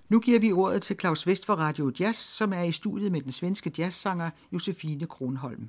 Nu giver vi ordet til Claus West fra Radio Jazz, som er i studiet med den svenske jazzsanger Josefine Kronholm.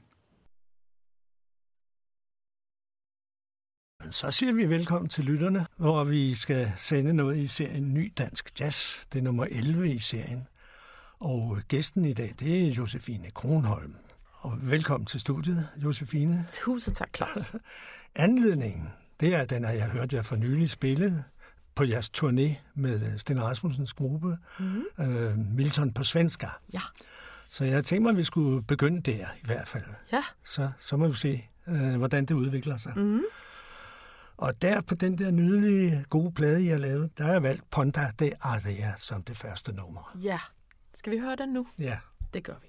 Så siger vi velkommen til lytterne, hvor vi skal sende noget i serien Ny Dansk Jazz. Det er nummer 11 i serien. Og gæsten i dag, det er Josefine Kronholm. Og velkommen til studiet, Josefine. Tusind tak, Claus. Anledningen, det er den, at jeg hørte jer for nylig spille på jeres turné med Sten Rasmussens gruppe, Milton på svenska. Ja. Så jeg tænkte mig, at vi skulle begynde der i hvert fald. Ja. Så må vi se, hvordan det udvikler sig. Mm. Og der på den der nydelige, gode plade, I har lavet, der har jeg valgt Ponta de Aria som det første nummer. Ja. Skal vi høre den nu? Ja. Det gør vi.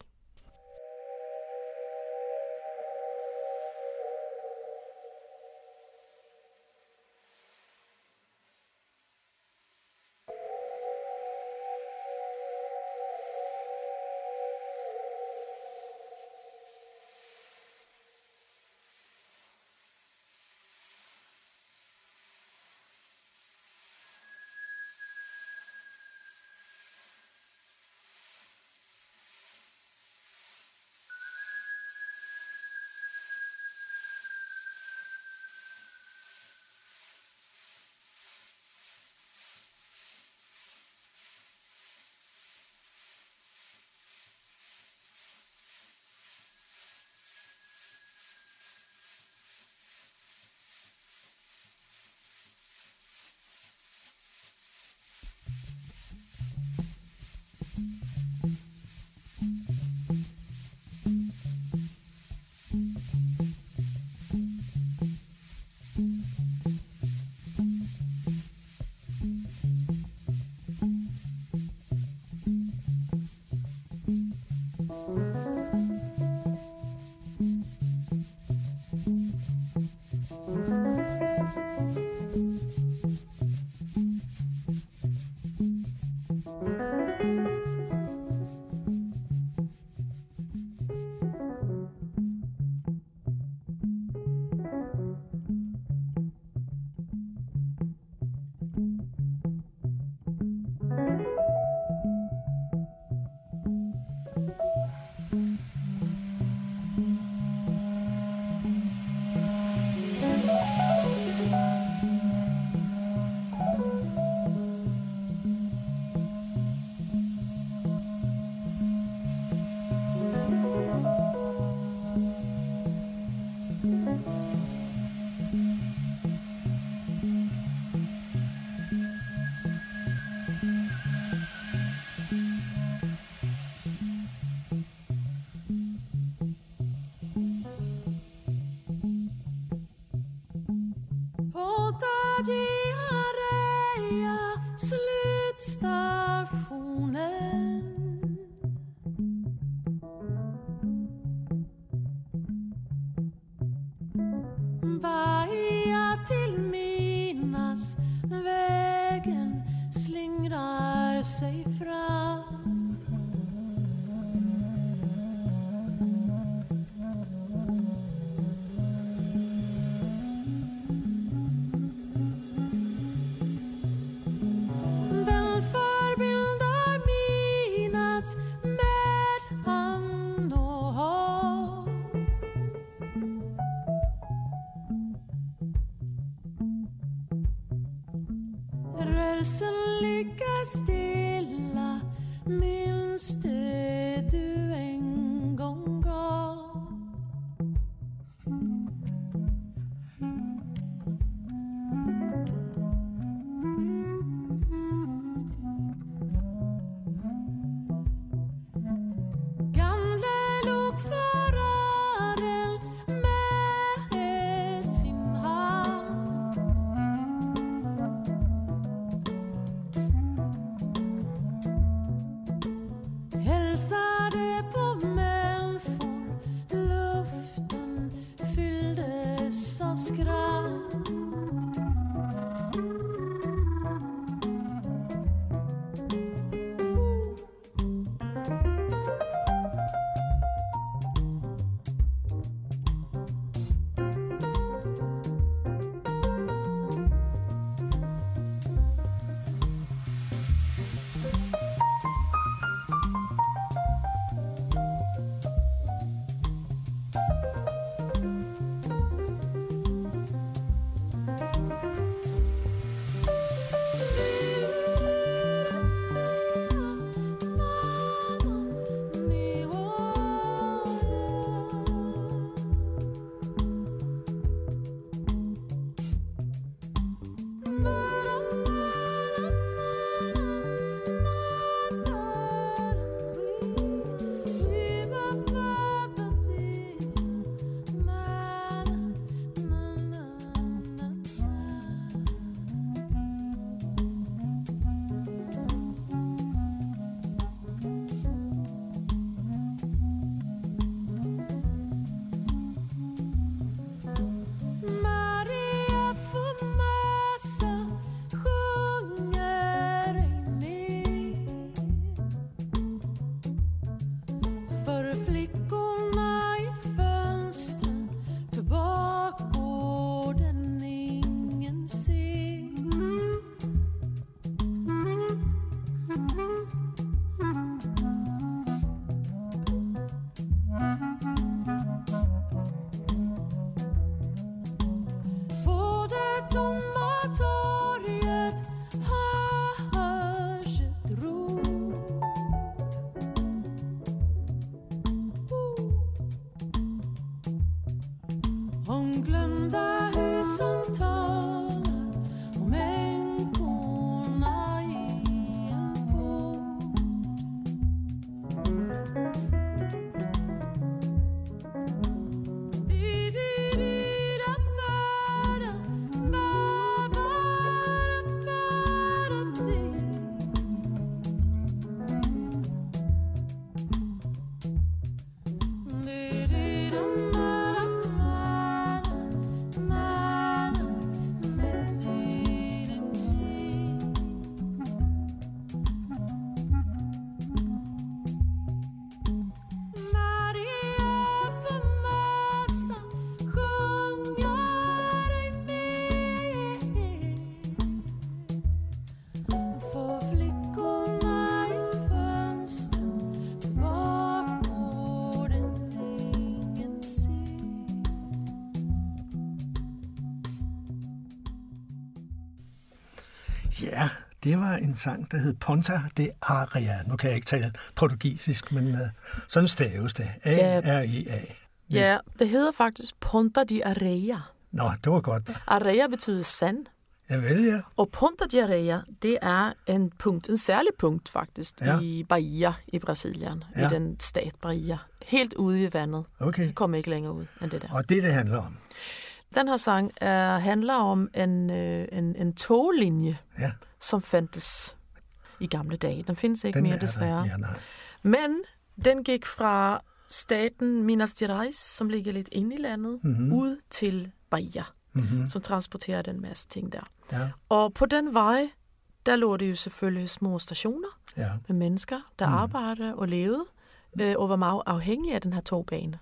Ja, det var en sang, der hed Ponta de Areia. Nu kan jeg ikke tale portugisisk, men sådan staves det. A-R-E-A. Ja, det hedder faktisk Ponta de Areia. Nå, det var godt. Areia betyder sand. Javel, ja. Og Ponta de Areia, det er en særlig punkt faktisk, i Bahia i Brasilien, i den stat Bahia. Helt ude i vandet. Okay. Det kommer ikke længere ud end det der. Og det handler om? Den her sang handler om en toglinje, som fandtes i gamle dage. Den findes ikke mere, desværre. Ja, men den gik fra staten Minas Gerais, som ligger lidt inde i landet, ud til Bahia, som transporterer den masse ting der. Ja. Og på den vej, der lå det jo selvfølgelig små stationer med mennesker, der arbejdede og levede, og var meget afhængige af den her togbane.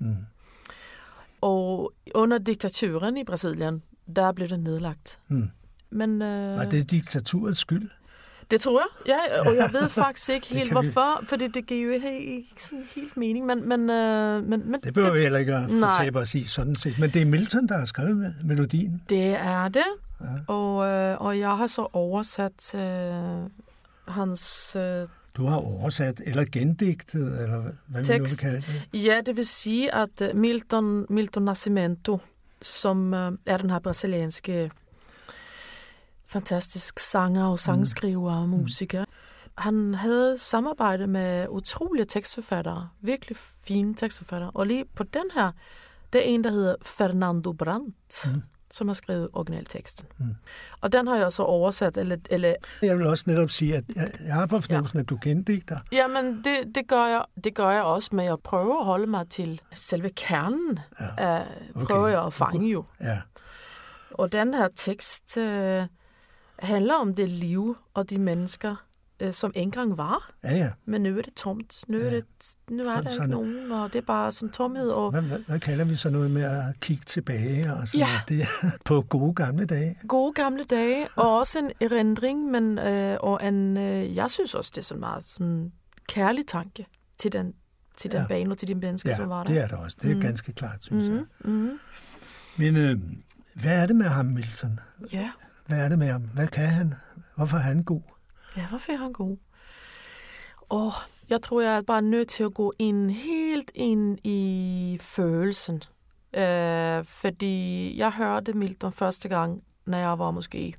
Og under diktaturen i Brasilien, der blev den nedlagt. Men, var det diktaturets skyld? Det tror jeg, ja, og jeg ved faktisk ikke helt hvorfor, for det giver jo ikke sådan helt mening, men det behøver vi heller ikke at fortabe os i sådan set, men det er Milton, der har skrevet melodien. Det er det, og jeg har så oversat hans... Du har oversat eller gendigtet, eller hvad vi nu vil kalde det? Ja, det vil sige, at Milton Nascimento, som er den her brasilianske fantastisk sanger og sangskriver og musiker, han havde samarbejde med utrolige tekstforfattere, virkelig fine tekstforfattere. Og lige på den her, det er en, der hedder Fernando Brandt, som har skrevet originalteksten. Og den har jeg så oversat. Eller jeg vil også netop sige, at jeg har på fornøjelsen, at du gendigter. Jamen, det gør jeg også, men jeg prøver at holde mig til selve kernen. Prøver jeg at fange jo. Ja. Og den her tekst handler om det liv og de mennesker, som engang var. Ja. Men nu er det tomt. Nu er der ikke nogen, og det er bare sådan tomhed. Og hvad kalder vi så noget med at kigge tilbage? Og sådan det på gode gamle dage? Gode gamle dage, og også en erindring, men jeg synes også, det er sådan meget sådan kærlig tanke til den bane og til de mennesker, som var der. Det er det også. Det er ganske klart, synes jeg. Men hvad er det med ham, Milton? Ja. Hvad er det med ham? Hvad kan han? Hvorfor er han god? Ja, hvorfor er han god? Jeg tror, jeg er bare nødt til at gå helt ind i følelsen. Fordi jeg hørte Milton første gang, når jeg var måske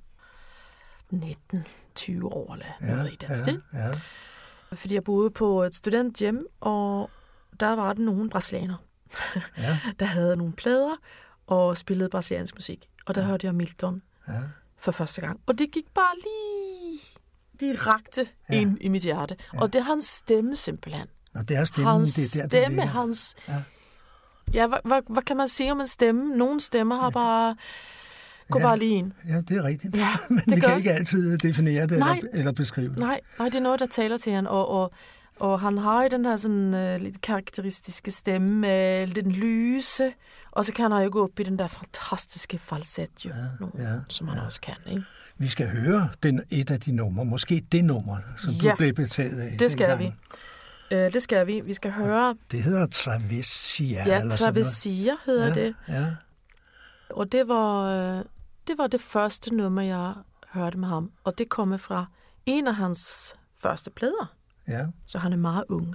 19-20 år eller noget i den stil. Ja. Fordi jeg boede på et studenthjem, og der var der nogle brasilianere, der havde nogle plader og spillede brasiliansk musik. Og der hørte jeg Milton for første gang. Og det gik bare lige direkte ind i mit hjerte. Ja. Og det er hans stemme simpelthen. Og det er stemmen, hans stemme, hans... Ja, hvad kan man sige om en stemme? Nogle stemmer har bare... Gå bare lige ind. Ja, det er rigtigt. Ja, men vi kan ikke altid definere det eller beskrive det. Nej, det er noget, der taler til han. Og han har jo den her sådan lidt karakteristiske stemme med den lyse, og så kan han jo gå op i den der fantastiske falsetto, som han også kan, ikke? Vi skal høre et af de numre, måske det nummer, som du blev betaget af. Det skal vi. Det skal vi. Vi skal høre... Det hedder Travessia. Ja, Travessia hedder det. Ja. Og det var det første nummer, jeg hørte med ham. Og det kommer fra en af hans første plader. Ja. Så han er meget ung.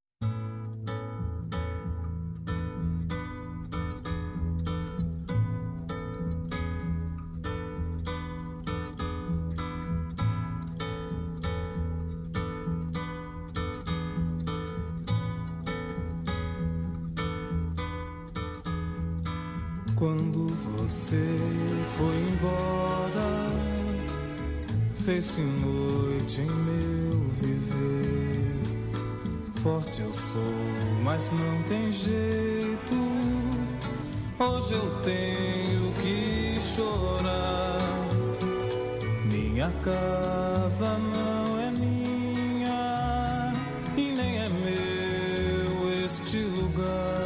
Quando você foi embora, fez-se noite em meu viver. Forte eu sou, mas não tem jeito. Hoje eu tenho que chorar. Minha casa não é minha e nem é meu este lugar.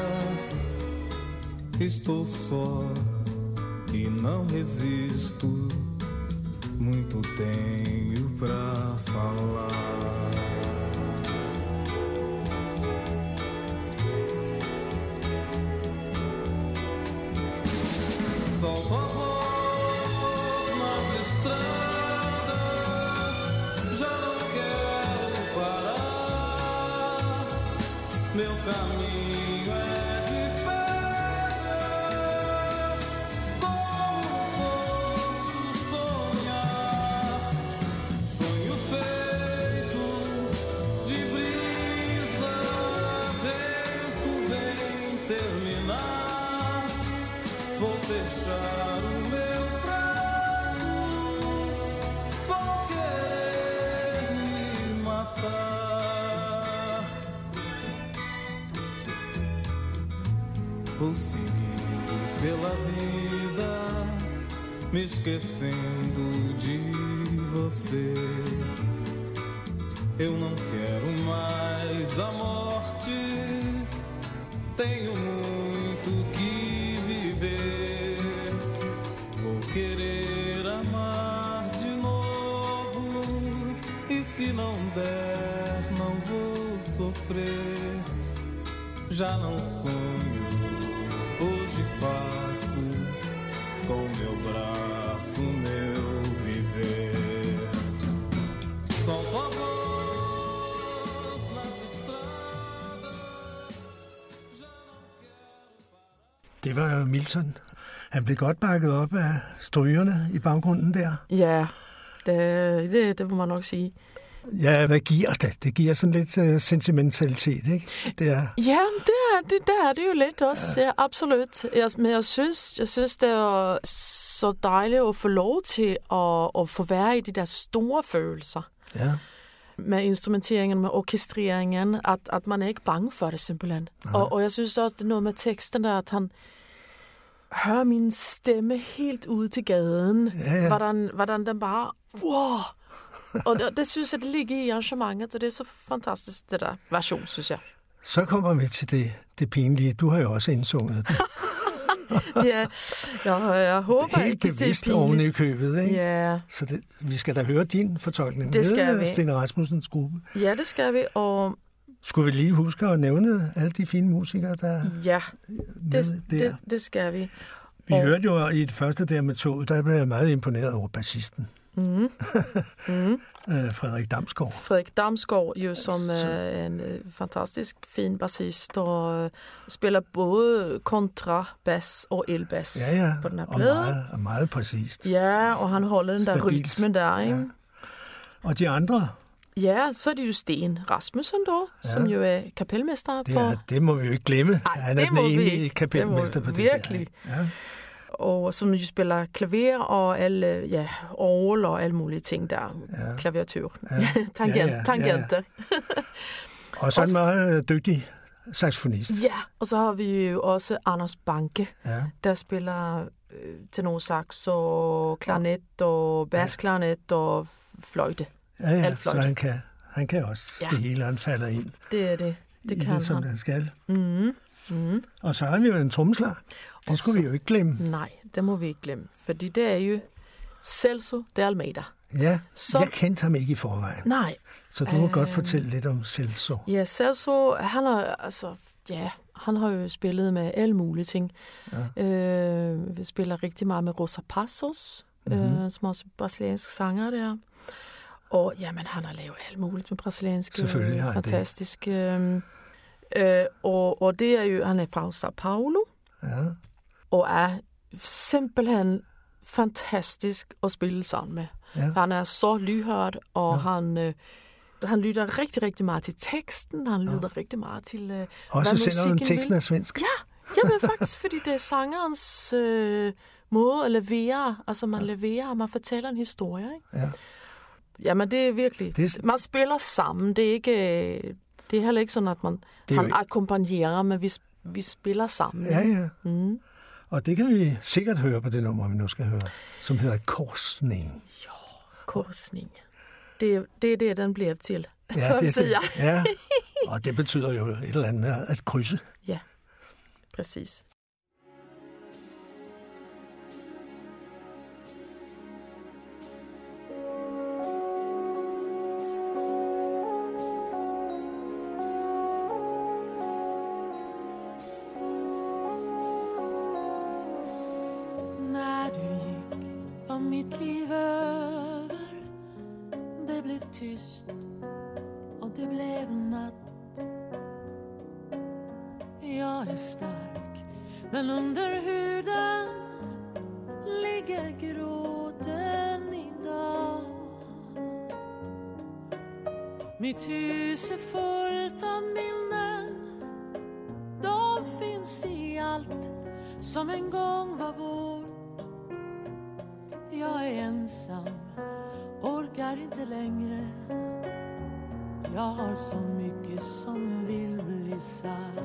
Estou só e não resisto. Muito tenho pra falar. Solta a voz nas estradas, meu caminho é de pedra. Como posso sonhar? Sonho feito de brisa, vento vem terminar. Vou fechar o meu prato, vou querer me matar. Vou seguindo pela vida, me esquecendo de você. Eu não quero mais a morte, tenho muito que viver. Vou querer amar de novo, e se não der, não vou sofrer. Já não sonho, hoje faço com meu braço meu viver. Solto a voz nas estradas, já não quero parar. Det var jo Milton. Han blev godt bakket op af strygerne i baggrunden der. Ja, det må man nok sige. Ja, hvad giver det? Det giver sådan lidt sentimentalitet, ikke? Det er... Ja, det er det jo lidt også, ja, absolut. Men jeg synes, det er så dejligt at få lov til at få være i de der store følelser. Ja. Med instrumenteringen, med orkestreringen, at man er ikke bange for det simpelthen. Og jeg synes også, det er noget med teksten der, at han hører min stemme helt ude til gaden. Ja. Hvordan den bare... Wow! Og det synes jeg, det ligger i arrangementet, og det er så fantastisk, det der version, synes jeg. Så kommer vi til det pinlige. Du har jo også indsunget det. Ja, jeg håber helt ikke, det er bevidst pinligt. oven i købet, ikke? Ja. Så vi skal da høre din fortolkning. Det skal vi. Stine Rasmussens gruppe. Ja, det skal vi, og... Skulle vi lige huske at nævne alle de fine musikere, der Ja, der? det skal vi. Vi hørte jo i det første der med toget, der blev jeg meget imponeret over bassisten. Frederik Damsgaard. Frederik Damsgaard, jo, som er en fantastisk fin bassist, og spiller både kontrabass og elbass på den her plade. Og meget præcist. Ja, og han holder den der rytmen der, ikke? Ja. Og de andre? Ja, så er det jo Sten Rasmussen dog, som jo er kapelmester på... Det må vi jo ikke glemme. Ej, han er den ene kapelmester på det virkelig. der. Ja. Og som jo spiller klaver og alle, orgel og alle mulige ting der. Ja. Klaviatur. Ja. Tangenter. Og så en meget dygtig saxofonist. Ja, og så har vi jo også Anders Banke, der spiller tenorsax og klarinet og bassklarinet og fløjte. Ja, så han kan også det hele, han falder ind. Det er det. Det kan som han. Han skal. Og så har vi jo en trommeslager. Det skulle vi jo ikke glemme. Nej, det må vi ikke glemme. Fordi det er jo Celso de Almeida. Ja, jeg kendte ham ikke i forvejen. Nej. Så du må godt fortælle lidt om Celso. Ja, Celso, han har jo spillet med alle mulige ting. Ja. Vi spiller rigtig meget med Rosa Passos, som også er brasiliansk sanger der. Og jamen, han har lavet alt muligt med brasilianske. Selvfølgelig har han fantastisk. Og det er jo, han er fra São Paulo. Ja. Og er simpelthen fantastisk at spille sammen med. Ja. Han er så lydhørt, og han lytter rigtig, rigtig meget til teksten. Han lytter rigtig meget til, også selvom teksten er svensk. Ja, men faktisk, fordi det er sangerens måde at levere. Altså, man leverer, man fortæller en historie, ikke? Ja. Jamen, det er virkelig... Man spiller sammen. Det er ikke... Det er heller ikke sådan, at han akkompagnerer, men vi spiller sammen. Ja. Og det kan vi sikkert høre på det nummer, vi nu skal høre, som hedder Korsning. Jo, Korsning. Det er det, den bliver til. Ja, ja. Og det betyder jo et eller andet med at krydse. Ja, præcis. Mitt liv över, det blev tyst och det blev natt. jag är stark, men under huden ligger gråten idag. Mitt hus är fullt av minnen, de finns i allt som en gång var vår. Jag är ensam, orkar inte längre. Jag har så mycket som vill bli sagt.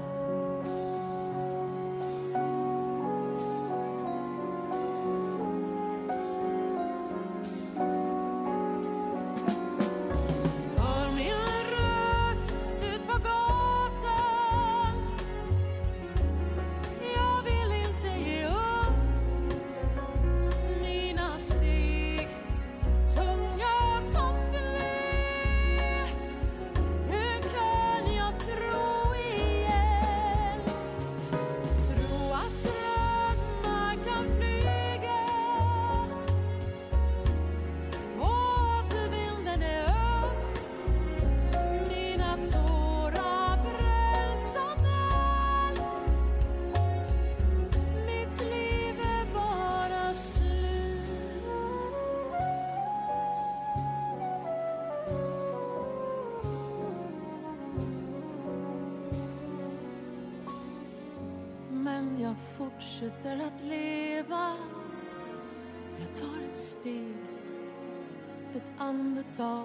Jag fortsätter att leva. Jag tar ett steg, ett andetag.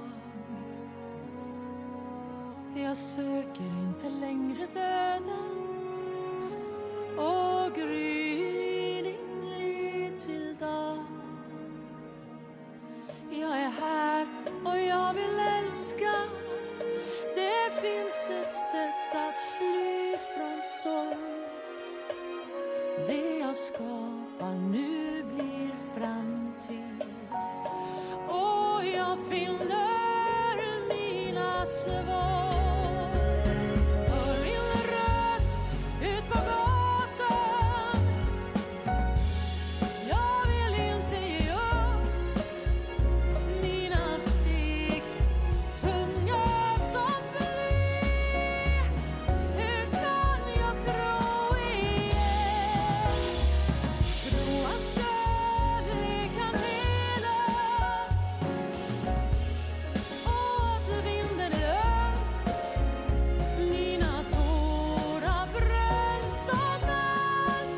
Jag söker inte längre döden och gryning blir till dag. Jag är här och jag vill älska. Det finns ett sätt att fly från sorg. Det jag skapar nu blir framtid. Och jag finner mina svar. Hör min röst ut på gatan. Jag vill inte ge upp. Mina steg tunga som bly. Hur kan jag tro igen? Tro att kärlek kan hela. Och att vinden är upp. Mina tårar bränns som eld.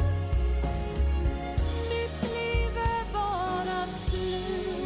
Mitt liv är bara slut.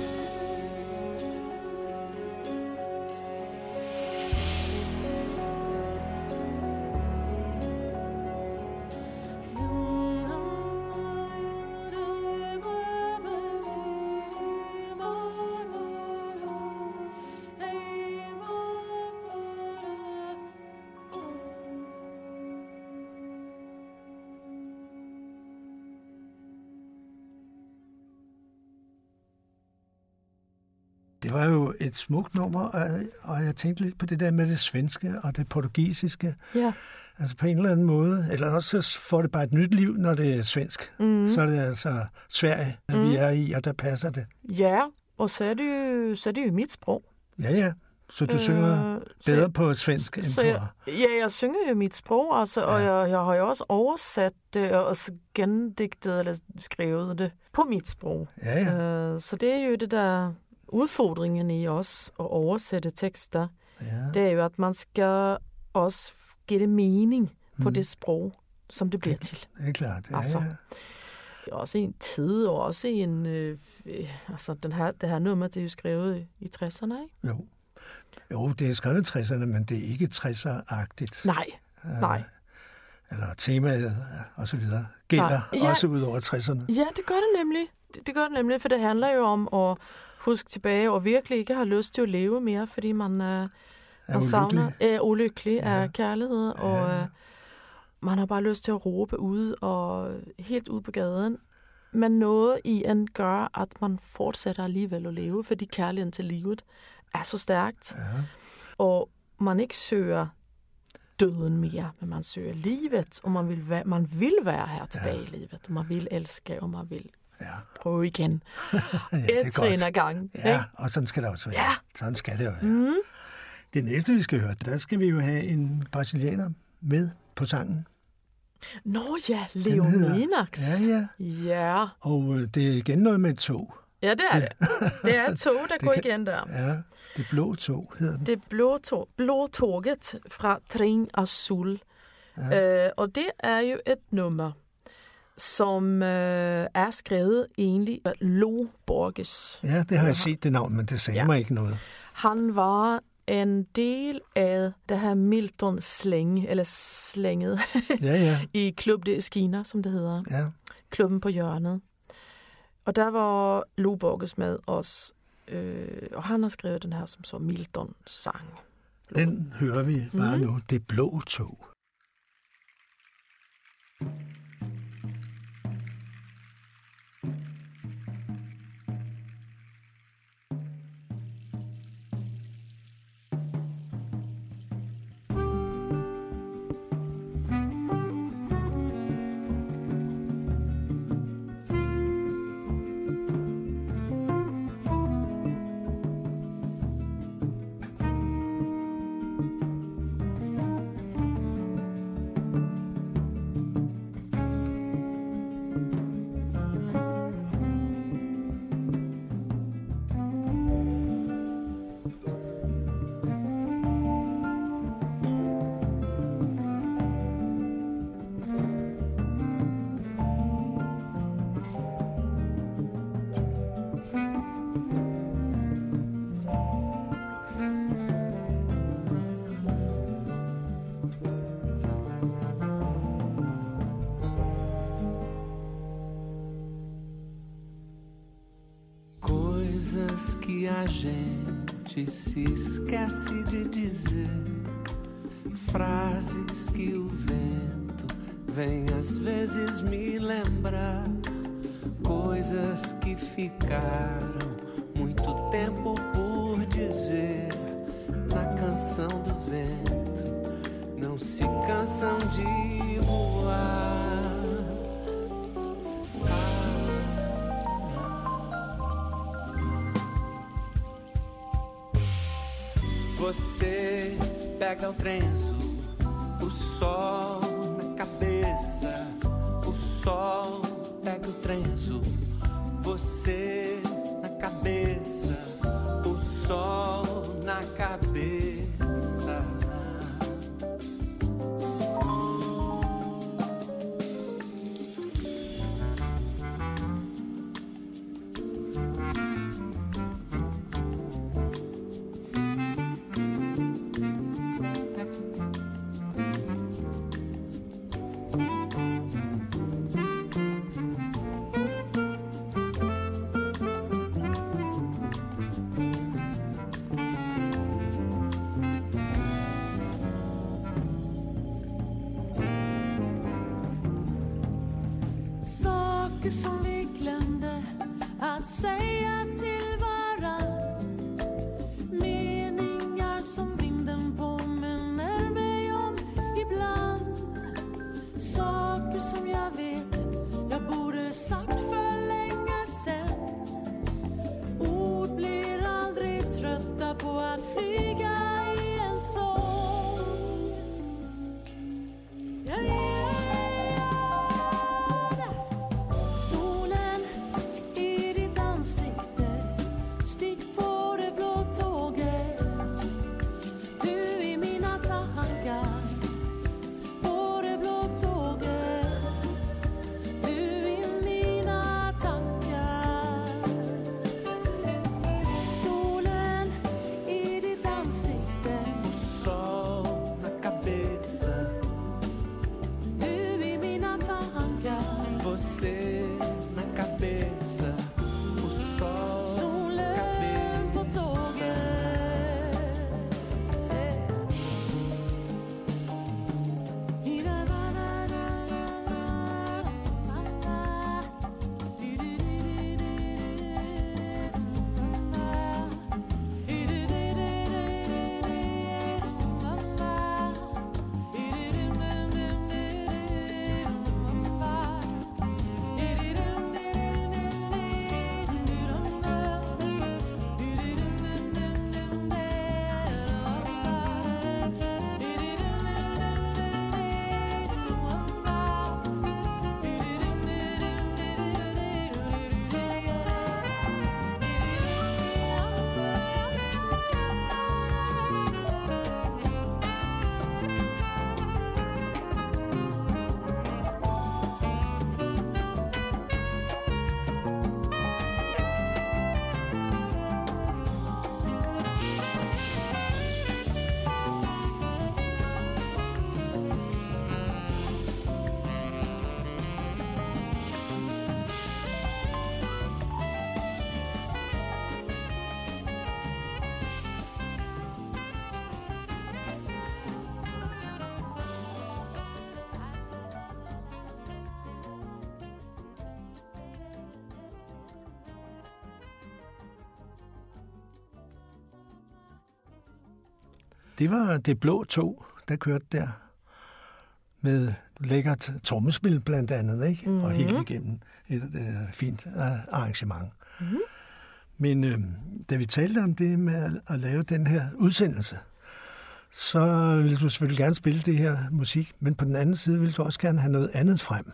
Det var jo et smukt nummer, og jeg tænkte lidt på det der med det svenske og det portugisiske. Ja. Altså på en eller anden måde. Eller også så får det bare et nyt liv, når det er svensk. Så er det altså Sverige, vi er i, og der passer det. Ja, og så er det jo mit sprog. Ja. Så du synger bedre på svensk end på... Jeg synger jo mit sprog, altså, og jeg har jo også oversat det, og også gendigtet eller skrevet det på mit sprog. Ja. Så det er jo det der udfordringen i os at oversætte tekster. Ja. Det er jo, at man skal også give det mening på det sprog, som det bliver til. Det er klart, Altså, også i en tid, og også i en... altså, det her nummer, det er jo skrevet i 60'erne, ikke? Jo, det er skrevet i 60'erne, men det er ikke 60'er-agtigt. Nej. Eller temaet og så videre gælder også ud over 60'erne. Ja, det gør det nemlig. Det gør det nemlig, for det handler jo om at huske tilbage og virkelig ikke har lyst til at leve mere, fordi man er ulykkelig af kærlighed, og man har bare lyst til at råbe ud og helt ud på gaden. Men noget i en gør, at man fortsætter alligevel at leve, fordi kærligheden til livet er så stærkt. Ja. Og man ikke søger døden mere, men man søger livet, og man vil være her tilbage i livet, og man vil elske, og man vil prøve igen. Et trin ad gang. Ja, og sådan skal det også være. Ja. Sådan skal det jo være. Det næste, vi skal høre, der skal vi jo have en brasilianer med på sangen. Nå ja, Leoninax. Ja. Og det er igen noget med et tog. Ja, det er det. Det er et tog, der går igen der. Ja, det blå tog hedder den. Det blå toget fra Tren Azul. Ja. Og det er jo et nummer, som er skrevet egentlig af Lo Borges. Ja, det har jeg set det navn, men det sagde mig ikke noget. Han var en del af det her Milton-slænget i Club de Esquina, som det hedder. Ja. Klubben på hjørnet. Og der var Lo Borges med os, og han har skrevet den her som så Milton-sang. Den hører vi bare nu. Det blå tog. Que a gente se esquece de dizer, frases que o vento vem às vezes me lembrar, coisas que ficaram muito tempo por dizer. Na canção do vento não se cansam de voar. Você pega o trem azul, o sol na cabeça. O sol pega o trem azul, você na cabeça. O sol na cabeça. Som vi glömde att säga till varann, meningar som vinden påminner mig om ibland, saker som jag vet jag borde sagt för länge sedan. Ord blir aldrig trötta på att flyga i en sång. Solen i ditt ansikte Det var Det Blå Tog, der kørte der. Med lækkert trommespil blandt andet, ikke? Og helt igennem et fint arrangement. Mm-hmm. Men da vi talte om det med at lave den her udsendelse, så vil du selvfølgelig gerne spille det her musik, men på den anden side vil du også gerne have noget andet frem.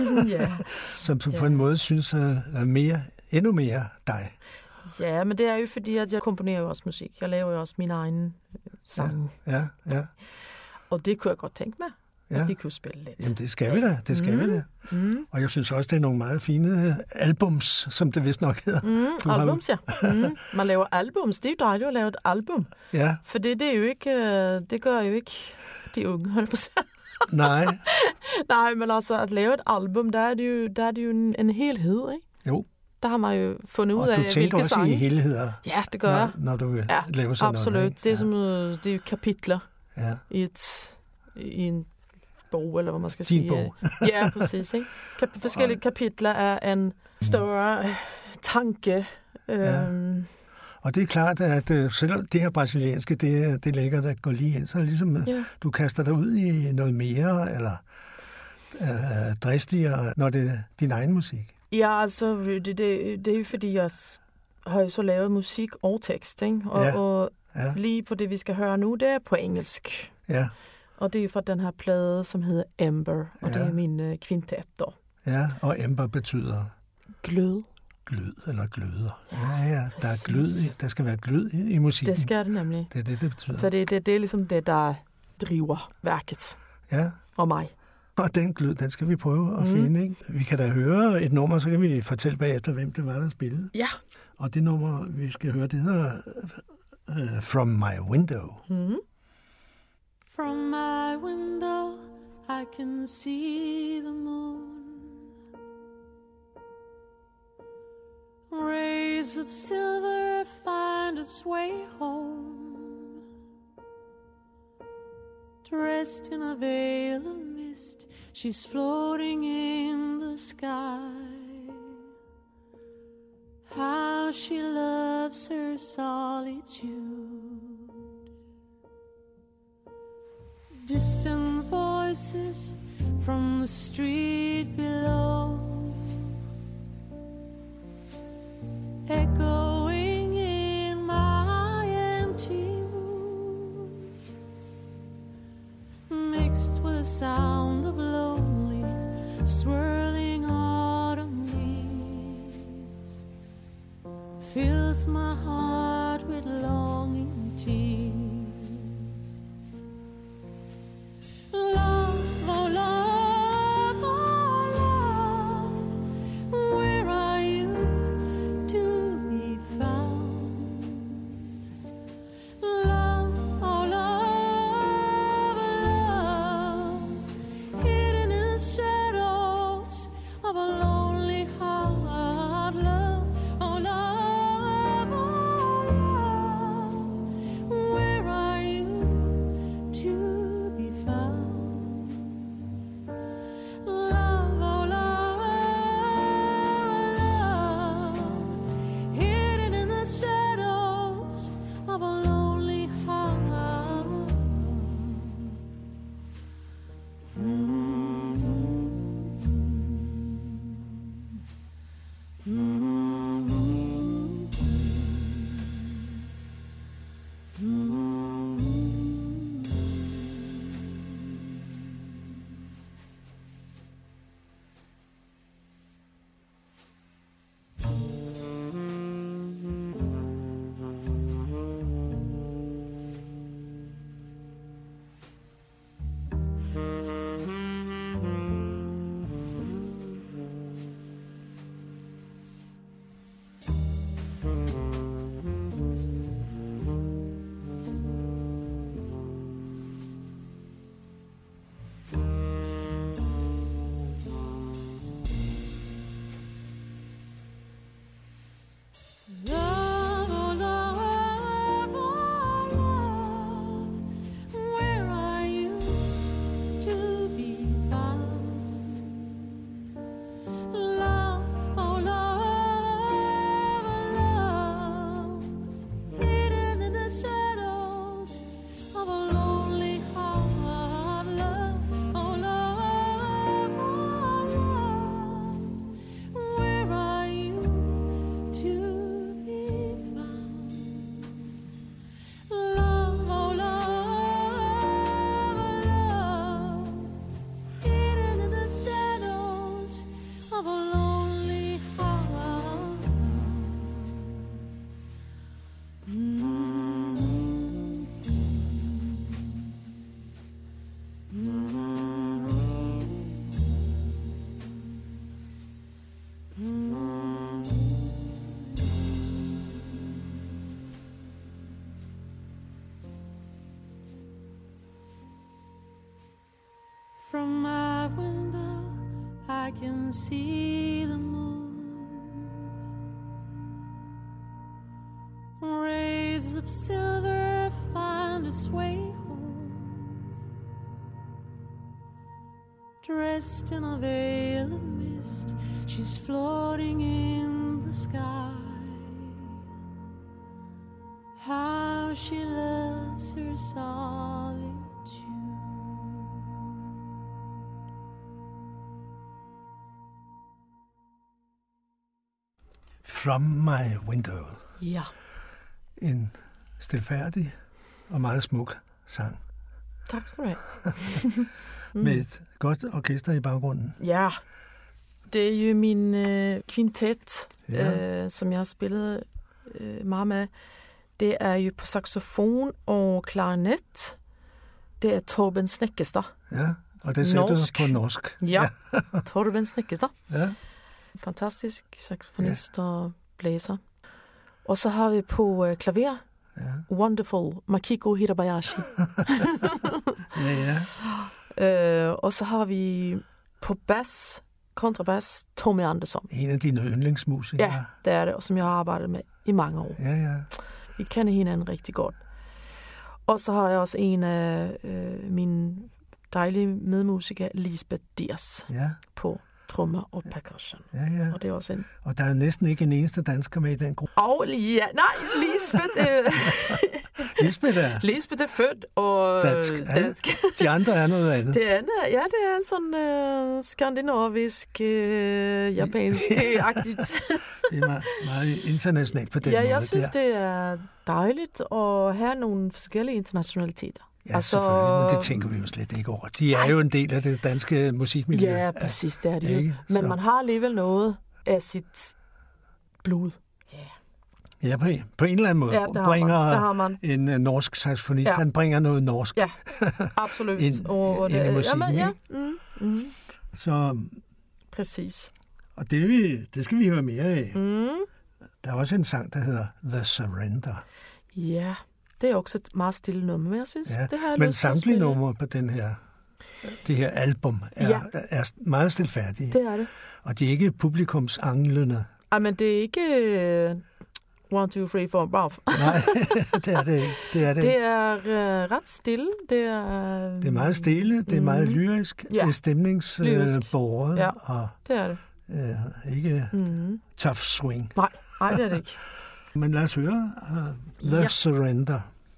Som du på en måde synes er endnu mere dig. Ja, men det er jo fordi, at jeg komponerer jo også musik. Jeg laver jo også mine egne sange. Ja. Og det kunne jeg godt tænke mig. At vi kunne spille lidt. Jamen, det skal vi da. Det skal vi da. Og jeg synes også, det er nogle meget fine albums, som det vist nok hedder. Albums, ja. Man laver albums. Det er jo dejligt at lave et album. Ja. For det er jo ikke... Det gør jo ikke de unge, holder på sig. Nej. Nej, men altså at lave et album, der er det jo en helhed, ikke? Jo. Der har man jo fundet ud af, hvilke sange... Og du tænker også i helheder? Ja, det gør jeg. Når du laver sådan absolut. noget. Absolut. Det er jo kapitler i en bog, eller hvad man skal sige. Bog. Ja, præcis. Ikke? Forskellige kapitler er en større tanke. Og det er klart, at selvom det her brasilianske, det ligger der går lige ind, så ligesom du kaster dig ud i noget mere, eller dristigere, når det er din egen musik. Ja, altså, det er jo fordi, jeg har jo så lavet musik og tekst, ikke? Og lige på det, vi skal høre nu, det er på engelsk. Ja. Og det er fra den her plade, som hedder Ember, og det er min kvintetter. Ja, og Ember betyder? Glød. Glød eller gløder. Ja, der er glød i. Der skal være glød i musikken. Det skal det nemlig. Det er det betyder. For det er ligesom det, der driver værket. Ja. Og mig. Og den glød, den skal vi prøve at finde, ikke? Vi kan da høre et nummer, så kan vi fortælle bagefter, hvem det var, der spillede. Ja. Og det nummer, vi skal høre, det hedder From My Window. Mm-hmm. From my window, I can see the moon. Rays of silver find its way home. Dressed in a veil of mist, she's floating in the sky. How she loves her solitude. Distant voices from the street below, echoing in my empty room, mixed with the sound of lonely, swirling autumn leaves, fills my heart with longing tears. Where From my window I can see the moon. Rays of silver find its way home. Dressed in a veil of mist, she's floating in the sky. How she loves her solitude. From My Window. Ja. En stilfærdig og meget smuk sang. Tak skal du have. Med et godt orkester i baggrunden. Ja, det er jo min kvintet, som jeg har spillet meget med. Det er jo på saxofon og klarinet. Det er Torben Snekkestad. Ja, og det sætter du på norsk. Ja, Torben Snekkestad. Ja. Fantastisk saxofonist og blæser. Og så har vi på klaver Wonderful Makiko Hirabayashi. Og så har vi på bas, kontrabas, Tommy Andersson. En af dine yndlingsmusikere. Ja, det er det, og som jeg har arbejdet med i mange år. Ja. Vi kender hinanden rigtig godt. Og så har jeg også en af mine dejlige medmusikere, Lisbeth Dias, på trommer og percussion. Ja. Og det er også en... Og der er næsten ikke en eneste dansker med i den gruppe. Lisbeth er født og dansk. De andre er noget andet. Det andet, det er sådan skandinavisk, japansk-agtigt. Det er meget internationalt på den måde. Ja, jeg synes, det er dejligt at have nogle forskellige internationaliteter. Ja, selvfølgelig, men det tænker vi jo slet ikke over. De er jo en del af det danske musikmiljø. Ja, præcis, det er det jo. Men man har alligevel noget af sit blod. Ja, på en eller anden måde. Bringer man. En norsk saxofonist, han bringer noget norsk. Ja, absolut. ind i musikken. Så, præcis. Og det skal vi høre mere af. Der er også en sang, der hedder The Surrender. Ja, det er også et meget stille nummer, men jeg synes, det har jeg men samtlige numre på det her album er meget stilfærdige. Det er det. Og de er ikke publikumsanglende. Ej, men det er ikke 1, 2, 3, 4, brav. Nej, det er det ikke. Det er ret stille. Det er meget stille, det er meget lyrisk, det er stemningsbåret. Ja, og det er det. Ikke tough swing. Nej, det er det ikke. Men lad os høre The Surrender.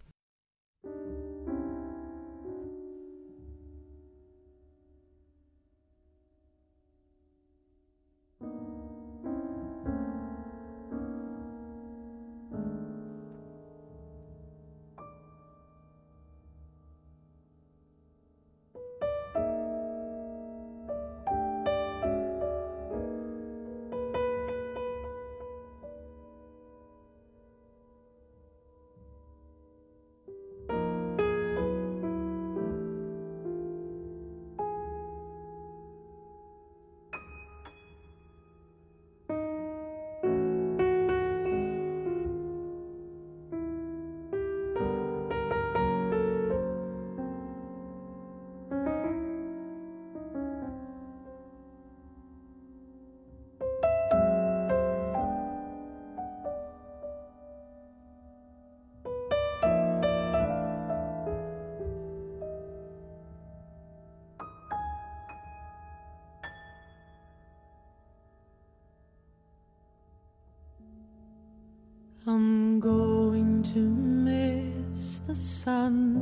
I'm going to miss the sun.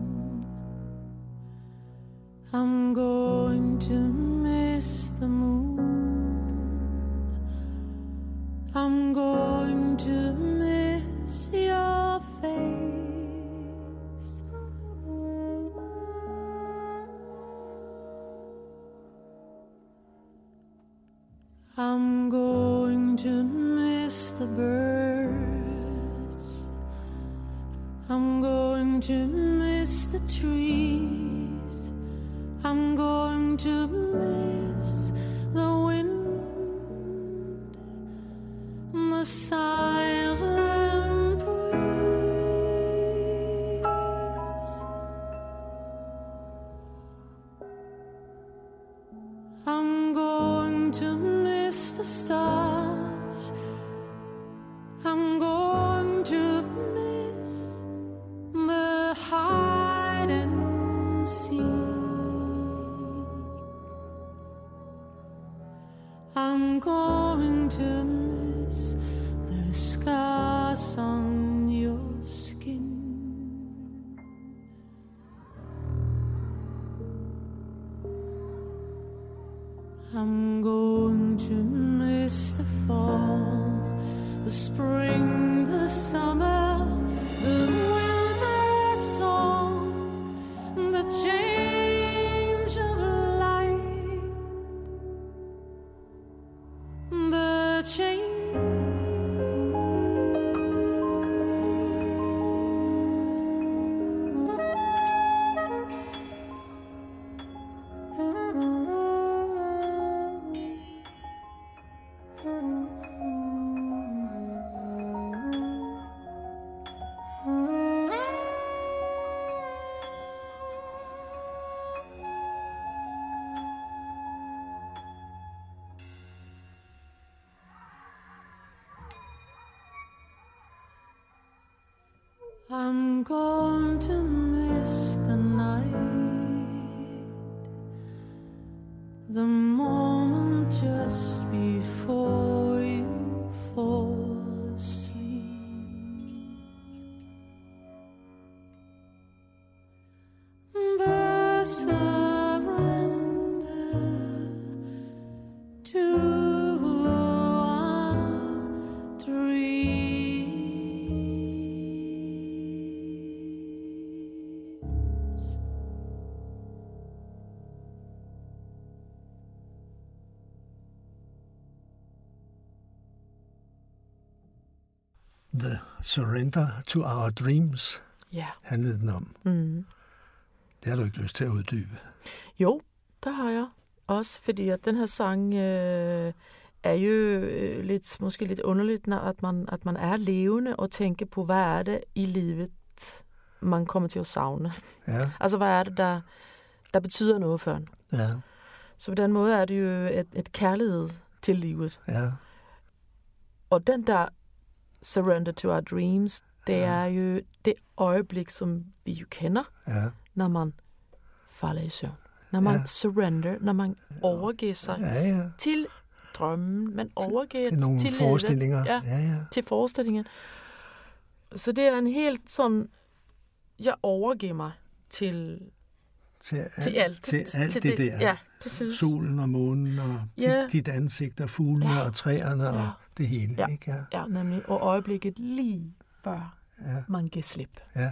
I'm going to miss the moon. I'm going to miss your face. I'm going to miss the birds. I'm going to miss the trees. I'm going to miss the wind, the silent breeze. the stars. I'm going to miss the hide and seek. I'm going to miss the scars on your skin. I'm going to miss the fall, the spring, the summer, the winter song, the change of light, the change. I'm going to miss the night, the moment just before you fall asleep, the surrender to our dreams. The Surrender to Our Dreams handlede den om. Mm. Det har du ikke lyst til at uddybe. Jo, der har jeg også, fordi at den her sang er jo måske lidt underligt, når at man er levende og tænker på, hvad er det i livet, man kommer til at savne. Ja. Altså, hvad er det, der betyder noget for en. Ja. Så på den måde er det jo et kærlighed til livet. Ja. Og den der Surrender to Our Dreams, det er jo det øjeblik, som vi jo kender, når man falder i søvn. Når man surrender, når man overgiver sig til drømmen, man overgiver til nogle forestillinger. Til forestillingen. Så det er en helt sådan, jeg overgiver mig til alt. Til alt det der. Ja, præcis. Solen og månen og dit ansigt og fuglene og træerne og det hele. Ikke? Ja, nemlig. Og øjeblikket lige før man giver slip. Ja.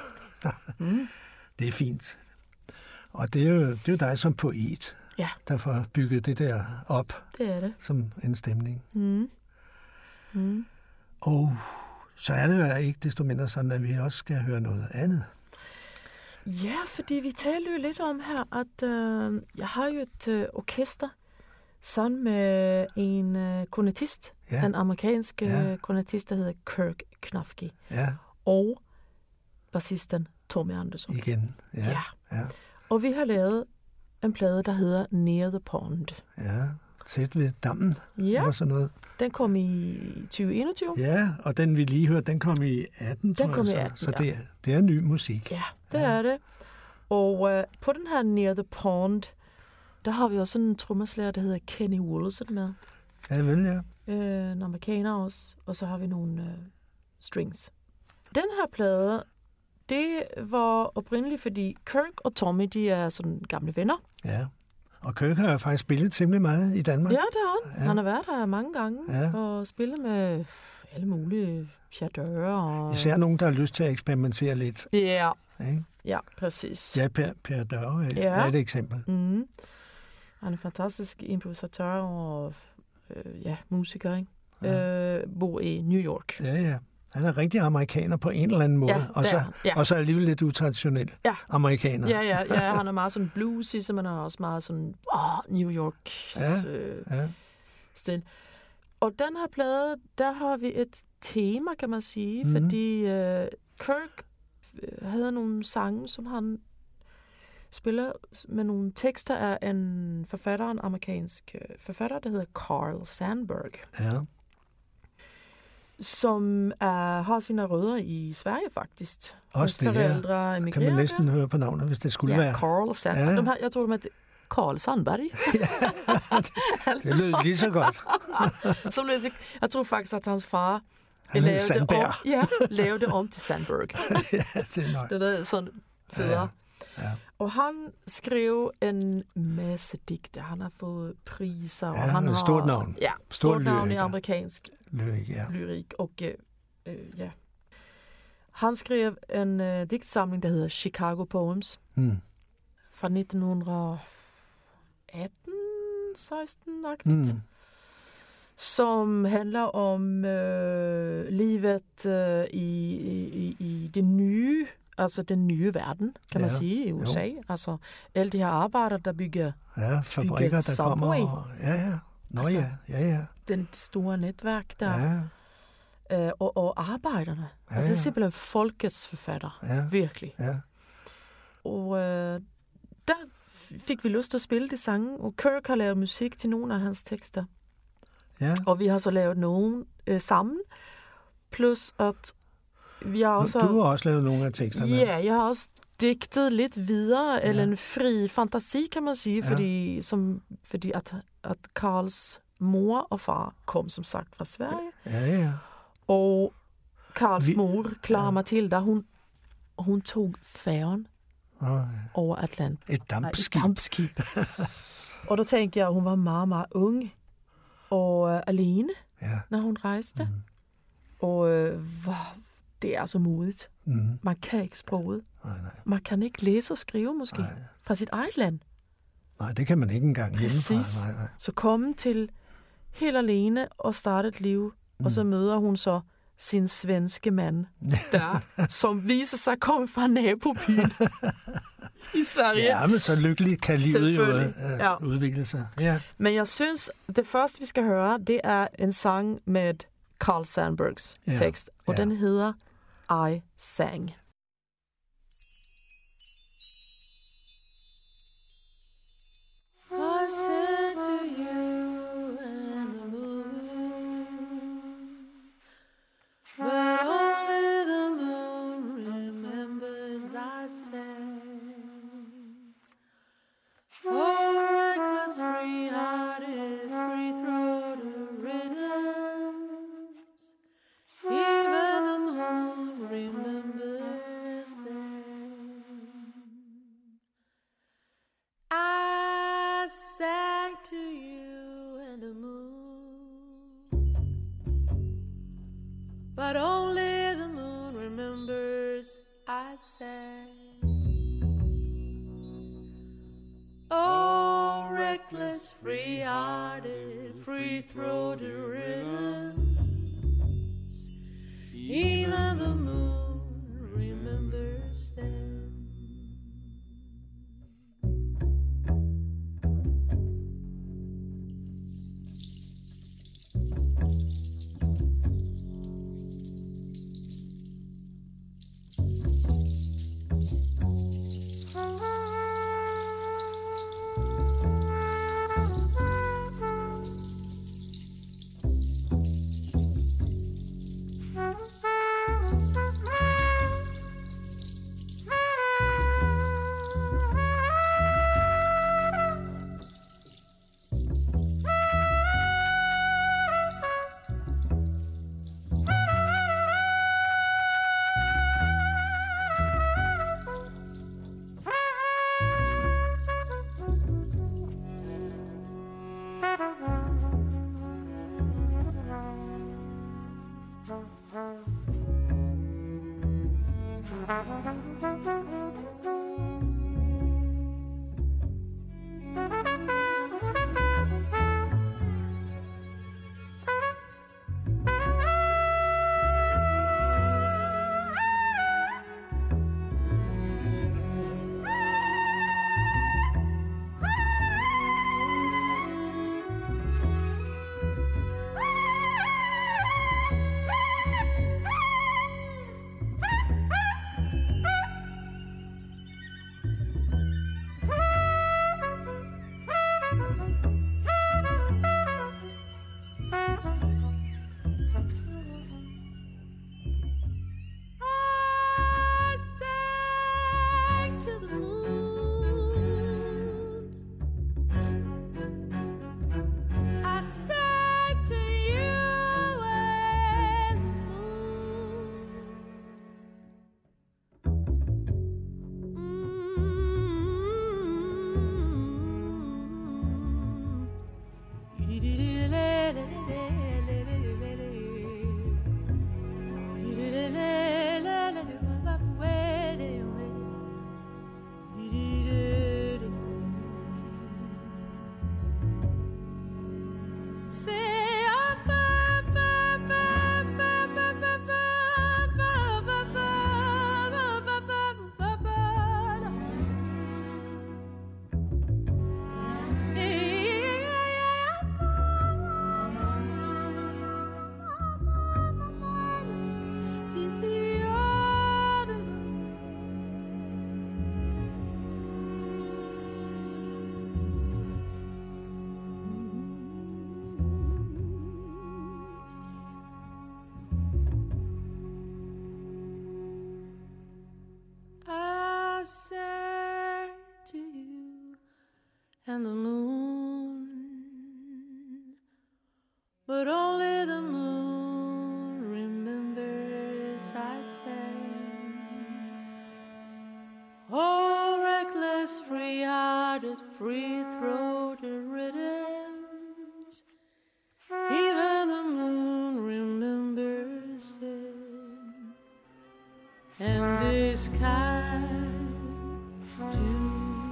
Det er fint. Og det er jo dig som poet, der får bygget det der op. Det er det. Som en stemning. Mm. Mm. Og så er det jo ikke desto mindre sådan, at vi også skal høre noget andet. Ja, fordi vi taler jo lidt om her, at jeg har jo et orkester sammen med en kornetist, en amerikansk kornetist, der hedder Kirk Knafke, og bassisten Tommy Andersson. Igen, ja. Og vi har lavet en plade, der hedder Near the Pond. Ja, tæt ved dammen, eller sådan noget. Den kom i 2021. Ja, og den vi lige hørte, den kom i 18, tror jeg. Så det er ny musik. Ja, det er det. Og på den her Near the Pond, der har vi også en trommeslager, der hedder Kenny Woolsey med. Ja, vel, ja. En amerikaner også, og så har vi nogle strings. Den her plade, det var oprindeligt, fordi Kirk og Tommy, de er sådan gamle venner. Ja, og Kirk har faktisk spillet temmelig meget i Danmark. Ja, det har han. Ja. Han har været der mange gange og spillet med alle mulige chadører. Og... Især nogen, der har lyst til at eksperimentere lidt. Ja, ja, præcis. Ja, Per Døre er et eksempel. Mm. Han er fantastisk improvisatør og musiker, ikke? Bor i New York. Ja. Han er rigtig amerikaner på en eller anden måde, og så alligevel lidt utraditionel amerikaner. Ja, han er meget sådan bluesy, så man er også meget sådan New York stil. Og den her plade, der har vi et tema, kan man sige, fordi Kirk havde nogle sange, som han spiller med nogle tekster af en amerikansk forfatter, der hedder Carl Sandburg. Ja. Som har sine rødder i Sverige, faktisk. Også det, forældre kan man næsten høre på navnet, hvis det skulle være. Carl Sandburg. Ja. Jeg tror, det er Carl Sandberg. Det lød lige så godt. Jeg tror faktisk, at hans far lavede det om til Sandberg. Ja, det er nok. Det er sådan federe. Ja. Og han skrev en masse digte. Han har fået priser. Og han har stort navn. Ja, stort navn i amerikansk lyrik. Og han skrev en digtsamling, der hedder Chicago Poems. Fra 1918-16-agtigt. Som handler om livet i det nye, altså den nye verden, kan man sige, i USA. Jo. Altså alle de her arbejdere, der bygger fabrikker, der Subway. Kommer. Ja. Den store netværk der. Ja. Og arbejderne. Ja, altså simpelthen folkets forfatter. Ja. Virkelig. Ja. Og der fik vi lyst til at spille de sange, og Kirk har lavet musik til nogle af hans tekster. Ja. Og vi har så lavet nogen sammen. Plus at vi har også... Du har også lavet nogle af teksterne. Ja, jeg har også digtet lidt videre, eller en fri fantasi, kan man sige, fordi at Karls mor og far kom som sagt fra Sverige. Ja. Og Karls mor, Clara Matilda, hun tog færgen over Atlanten. Et dampskib. Og der tænkte jeg, at hun var meget, meget ung og alene, når hun rejste. Og det er så modigt. Man kan ikke sproget. Nej. Man kan ikke læse og skrive måske fra sit eget land. Nej, det kan man ikke engang hjemmefra. Præcis. Nej. Så komme til helt alene og starte et liv, og så møder hun så sin svenske mand der, som viser sig at komme fra nabobyen i Sverige. Ja, men så lykkeligt kan livet jo udvikle sig. Ja. Men jeg synes, det første vi skal høre, det er en sang med Carl Sandburgs tekst, og den hedder I Sang. I said to you and the moon, but only the moon remembers I sang. Oh, reckless, free-hearted, free-throated rhythms, even the moon remembers them. I sang to you and the moon, but only the moon remembers I sang. Oh, reckless, free-hearted, free-throated rhythms, even the moon remembers them. and the moon, but only the moon remembers, I say. Oh, reckless, free-hearted, free-throated riddance, even the moon remembers it, and the sky too.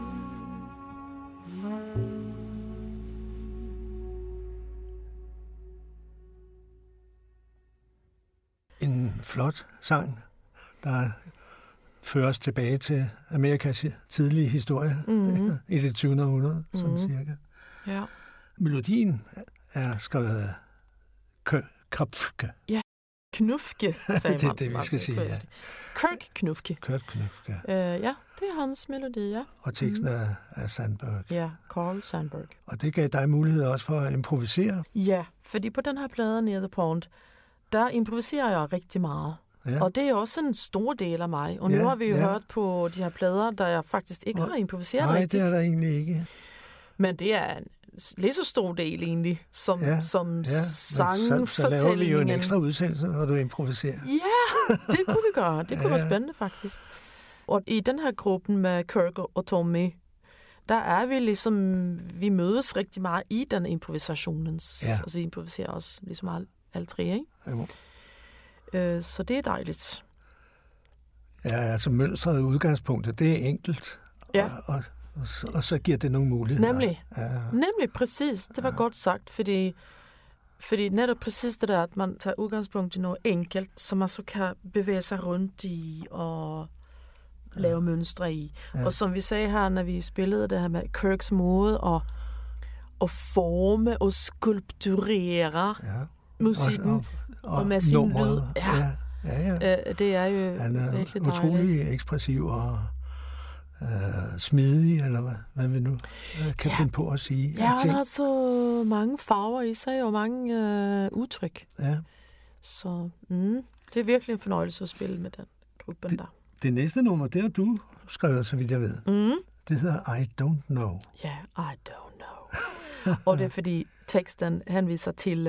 En flot sang, der føres tilbage til Amerikas tidlige historie i det 20. århundrede, sådan cirka. Ja. Melodien er skrevet af Knufke. Ja, Knufke, sagde det er det, vi skal sige, ja. Kirk Knufke. Kurt Knufke. Ja, det er hans melodi, ja. Og teksten er af Sandberg. Ja, Carl Sandburg. Og det gav dig mulighed også for at improvisere. Ja, fordi på den her plade Near the Pond, der improviserer jeg rigtig meget. Ja. Og det er også en stor del af mig. Og nu har vi jo hørt på de her plader, der jeg faktisk ikke har improviseret rigtigt. Nej, det er der egentlig ikke. Men det er en lige så stor del egentlig, som sangfortællingen. Så laver vi jo en ekstra udsendelse, hvor du improviserer. Ja, det kunne vi gøre. Det kunne være spændende faktisk. Og i den her gruppen med Kirk og Tommy, der er vi ligesom, vi mødes rigtig meget i den improvisationens. Ja. Altså vi improviserer også ligesom alle tre, ikke? Jo. Så det er dejligt. Ja, altså mønstret udgangspunktet, det er enkelt. Ja. Og så giver det nogle muligheder. Nemlig præcis. Det var godt sagt, fordi netop præcis det der, at man tager udgangspunkt i noget enkelt, som man så kan bevæge sig rundt i og lave mønstre i. Ja. Og som vi sagde her, når vi spillede det her med Kirks måde at forme og skulpturere musikken og med sin lyd. Ja. Det er jo han er virkelig utrolig ekspressiv og smidig, eller hvad vi nu kan finde på at sige. Ja, han har så mange farver i sig og mange udtryk. Ja. Så det er virkelig en fornøjelse at spille med den gruppen der. Det næste nummer, det har du skrevet, så vidt jeg ved. Det hedder I Don't Know. Ja, I Don't Know. Og det er fordi teksten henviser til,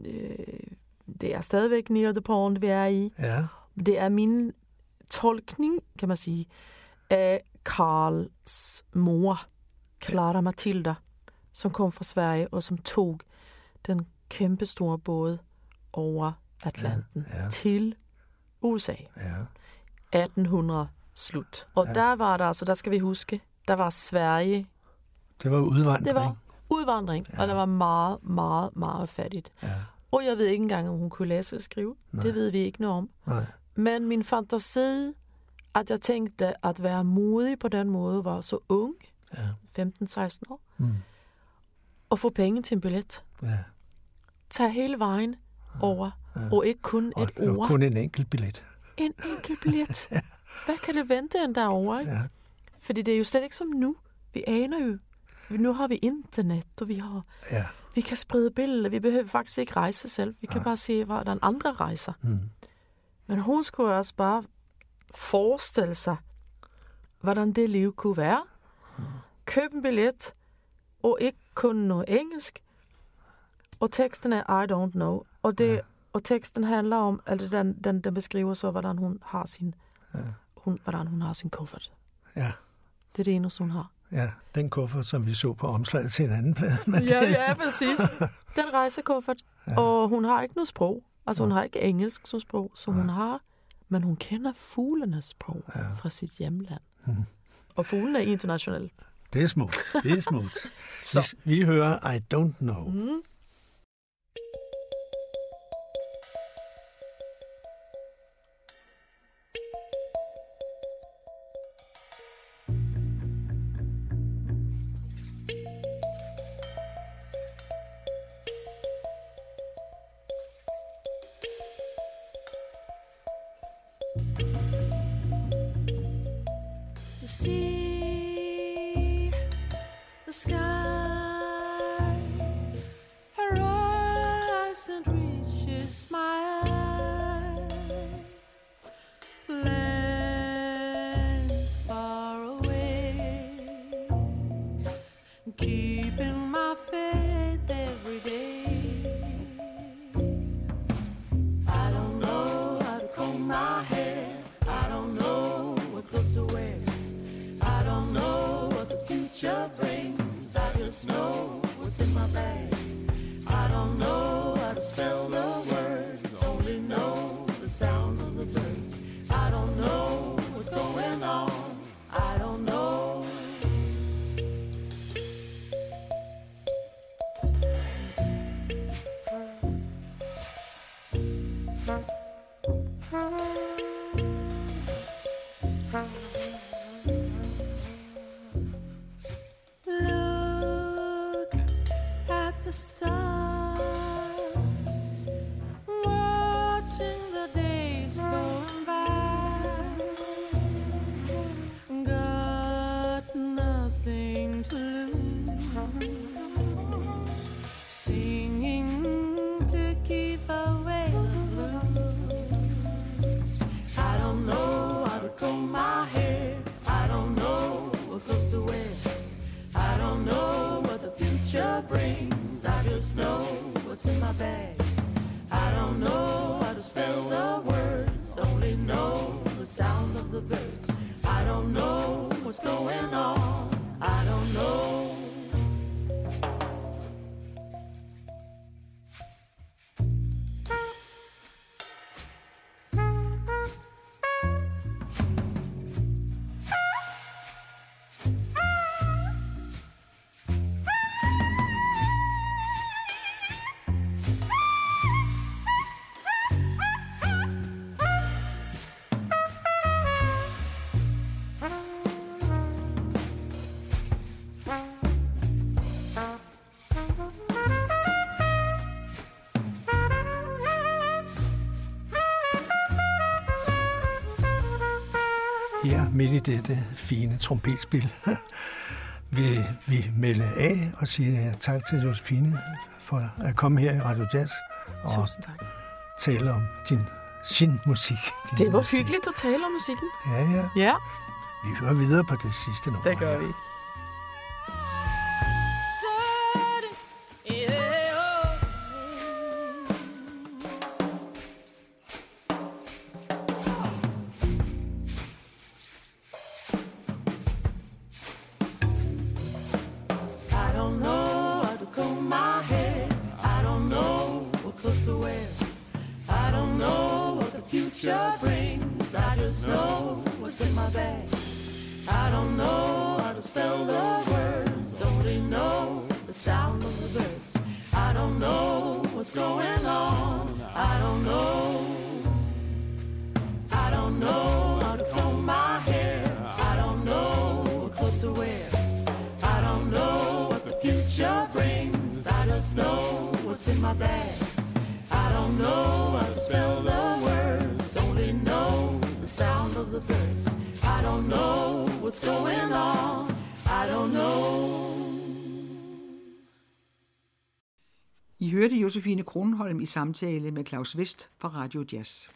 det er stadigvæk Near the Pond, vi er i. Ja. Det er min tolkning, kan man sige, af Karls mor, Clara Matilda, som kom fra Sverige og som tog den kæmpestore båd over Atlanten til USA. Ja. 1800 slut. Og der var der, altså der skal vi huske, der var Sverige. Det var udvandring. Det var udvandring, og der var meget, meget, meget fattigt. Ja. Og jeg ved ikke engang, om hun kunne læse og skrive. Nej. Det ved vi ikke noget om. Nej. Men min fantasi, at jeg tænkte, at være modig på den måde, var så ung, 15-16 år, og få penge til en billet. Ja. Tag hele vejen over, og ikke kun et ord. Og kun en enkelt billet. En enkelt billet. Hvad kan det vente end derovre, ikke? Ja. Fordi det er jo slet ikke som nu. Vi aner jo. Nu har vi internet, og vi kan sprede billeder. Vi behøver faktisk ikke rejse selv. Vi kan bare se, hvordan andre rejser. Men hun skulle også bare forestille sig, hvordan det liv kunne være. Køb en billet, og ikke kun noget engelsk. Og teksten er I don't know. Og teksten handler om, altså den beskriver så, hvordan hun har sin, hvordan hun har sin kuffert. Ja. Det er det eneste, hun har. Ja, den kuffert, som vi så på omslaget til en anden plade. Ja, præcis. Den rejsekuffert. Ja. Og hun har ikke noget sprog. Altså, hun har ikke engelsk som sprog, som hun har. Men hun kender fuglenes sprog fra sit hjemland. Og fuglen er international. Det er smukt. Det er smukt. Vi hører I Don't Know. The sky keeping my faith every day. I don't know how to comb my hair. I don't know what clothes to wear. I don't know what the future brings. I just know what's in my bag. I don't know how to spell the words. Only know the sound of the birds. I don't know what's going on. I don't know. Look at the stars, watching the days going by. Got nothing to lose, singing to keep away the blues. I don't know how to comb my hair. I don't know what clothes to wear. I don't know what the future brings. I just know what's in my bag. I don't know how to spell the words. Only know the sound of the birds. I don't know what's going on. I don't know. Her midt i dette fine trompetspil vil vi melde af og sige tak til Josefine for at komme her i Radio Jazz og tale om sin musik. Det var hyggeligt at tale om musikken. Ja. Vi hører videre på det sidste nummer. Det gør vi. I hørte Josefine Kronholm i samtale med Claus West fra Radio Jazz.